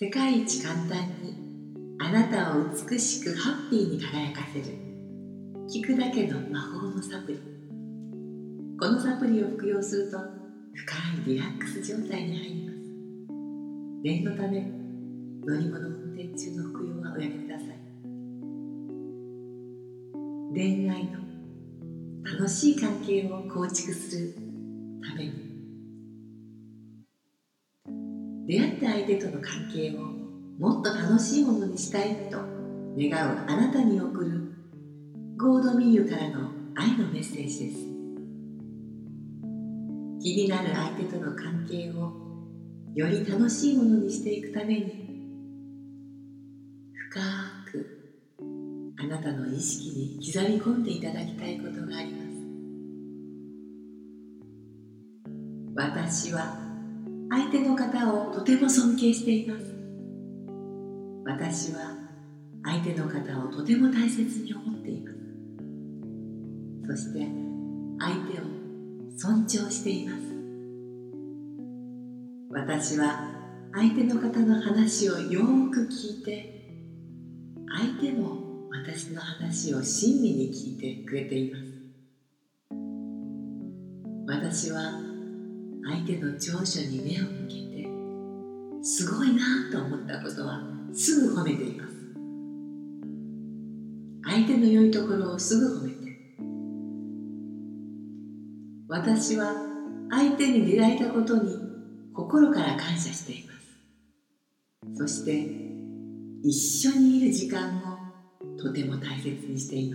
世界一簡単にあなたを美しくハッピーに輝かせる聞くだけの魔法のサプリ。このサプリを服用すると深いリラックス状態に入ります。念のため乗り物運転中の服用はおやめください。恋愛の楽しい関係を構築するために、出会った相手との関係をもっと楽しいものにしたいと願うあなたに送るゴードミーユからの愛のメッセージです。気になる相手との関係をより楽しいものにしていくために、深くあなたの意識に刻み込んでいただきたいことがあります。私は相手の方をとても尊敬しています。私は相手の方をとても大切に思っています。そして相手を尊重しています。私は相手の方の話をよく聞いて、相手も私の話を親身に聞いてくれています。私は相手の長所に目を向けて、すごいなと思ったことはすぐ褒めています。相手の良いところをすぐ褒めて、私は相手に出会えたことに心から感謝しています。そして一緒にいる時間をとても大切にしています。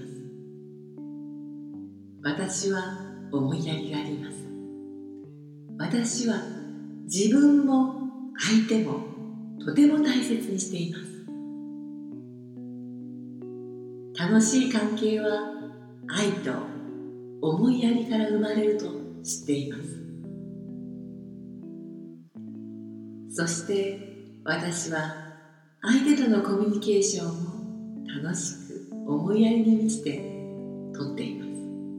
私は思いやりがあります。私は自分も相手もとても大切にしています。楽しい関係は愛と思いやりから生まれると知っています。そして私は相手とのコミュニケーションを楽しく思いやりに満ちてとっています。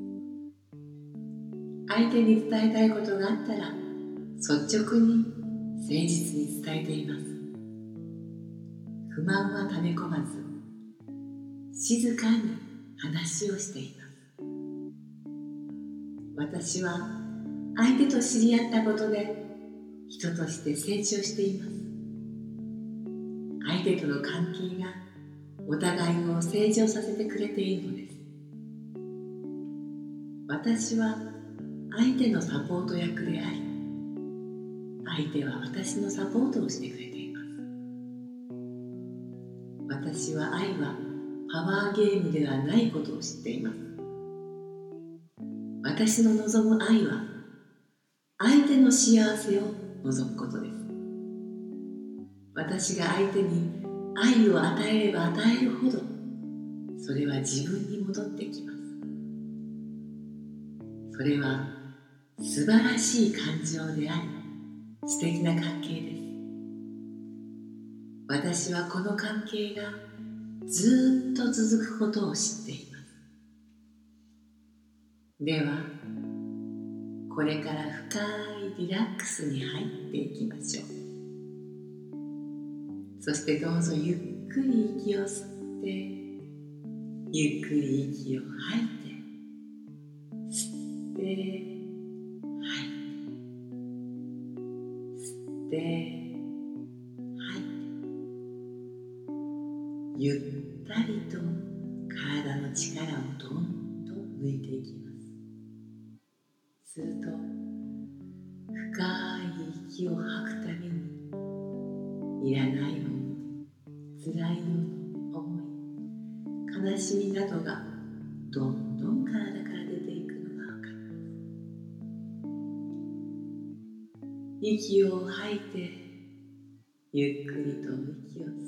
相手に伝えたいことがあったら率直に誠実に伝えています。不満は溜め込まず、静かに話をしています。私は相手と知り合ったことで人として成長しています。相手との関係がお互いを成長させてくれているのです。私は相手のサポート役であり、相手は私のサポートをしてくれています。私は愛はパワーゲームではないことを知っています。私の望む愛は相手の幸せを望むことです。私が相手に愛を与えれば与えるほど、それは自分に戻ってきます。それは素晴らしい感情であり、素敵な関係です。私はこの関係がずっと続くことを知っています。では、これから深いリラックスに入っていきましょう。そしてどうぞゆっくり息を吸って、ゆっくり息を吐いて、吸って、吐いて、吸って、吐いて、ゆったりと体の力をどんどん抜いていきます。すると深い息を吐くたびに、いらない思い、辛い思い、悲しみなどがどんどん体から出ていくのがわかります。息を吐いて、ゆっくりと息を吸って、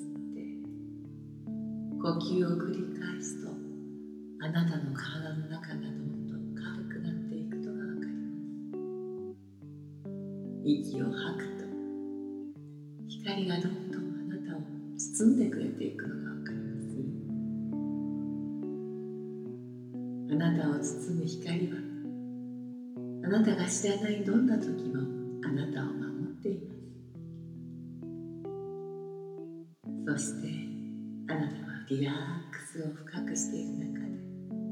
呼吸を繰り返すと、あなたの体の中がどんどん軽くなっていくのがわかります。息を吐くと、光がどんどんあなたを包んでくれていくのがわかりますね。あなたを包む光は、あなたが知らないどんな時もあなたを守っています。 そしてあなたはリラックスを深くしている中で、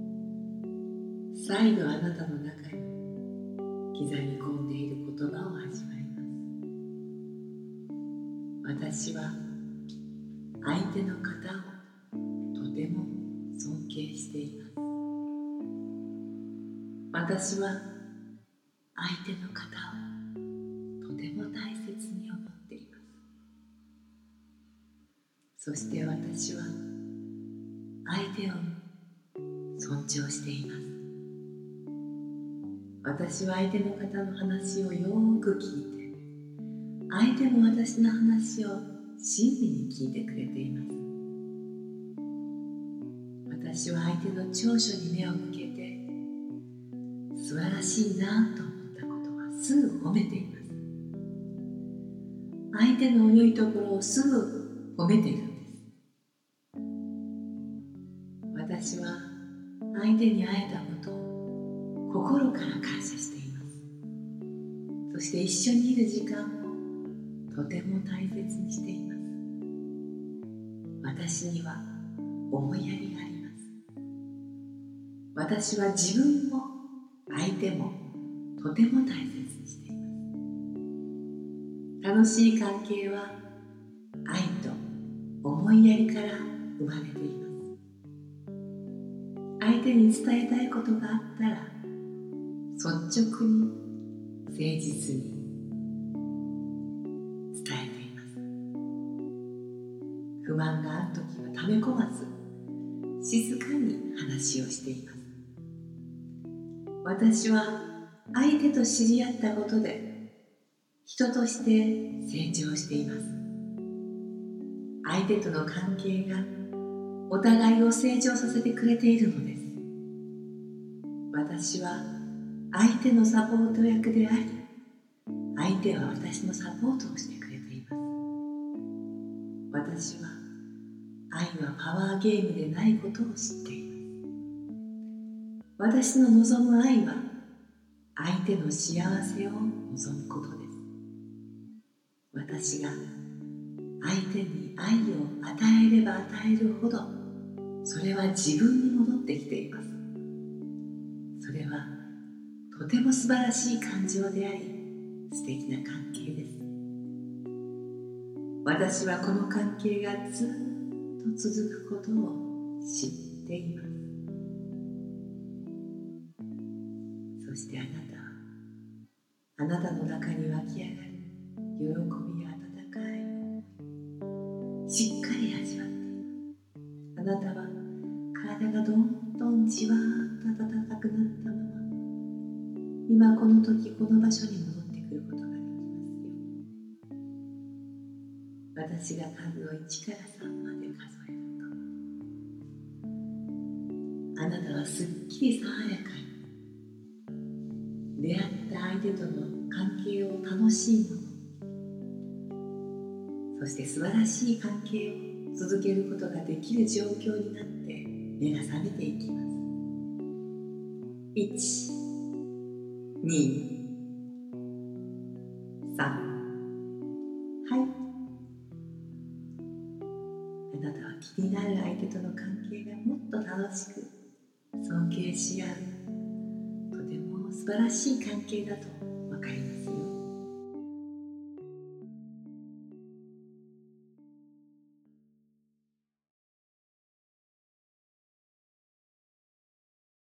再度あなたの中に刻み込んでいる言葉を味わいます。私は相手の方をとても尊敬しています。私は相手の方をとても大切に思っています。そして私は相手を尊重しています。私は相手の方の話をよく聞いて、相手も私の話を親身に聞いてくれています。私は相手の長所に目を向けて、素晴らしいなと思ったことはすぐ褒めています。相手の良いところをすぐ褒めているんです。私は相手に会えたことを心から感謝しています。そして一緒にいる時間をとても大切にしています。私には思いやりがあります。私は自分も相手もとても大切にしています。楽しい関係は愛と思いやりから生まれています。相手に伝えたいことがあったら率直に誠実に伝えています。不満があるときは溜め込まず静かに話をしています。私は相手と知り合ったことで人として成長しています。相手との関係がお互いを成長させてくれているのです。私は相手のサポート役であり、相手は私のサポートをしてくれています。私は愛はパワーゲームでないことを知っています。私の望む愛は相手の幸せを望むことです。私が相手に愛を与えれば与えるほど、それは自分に戻ってきています。それはとても素晴らしい感情であり、素敵な関係です。私はこの関係がずっと続くことを知っています。そしてあなたの中に湧き上がる喜びや温かい思い、しっかり味わっています。あなたは体がどんどんじわーっと温かくなったまま、今この時この場所に戻ってくることができますよ。私が数の1から3まで数えると、あなたはすっきり爽やかに出会った相手との関係を楽しいもの、そして素晴らしい関係を続けることができる状況になって目が覚めていきます。1、2、3、はい。あなたは気になる相手との関係がもっと楽しく尊敬し合う、とても素晴らしい関係だと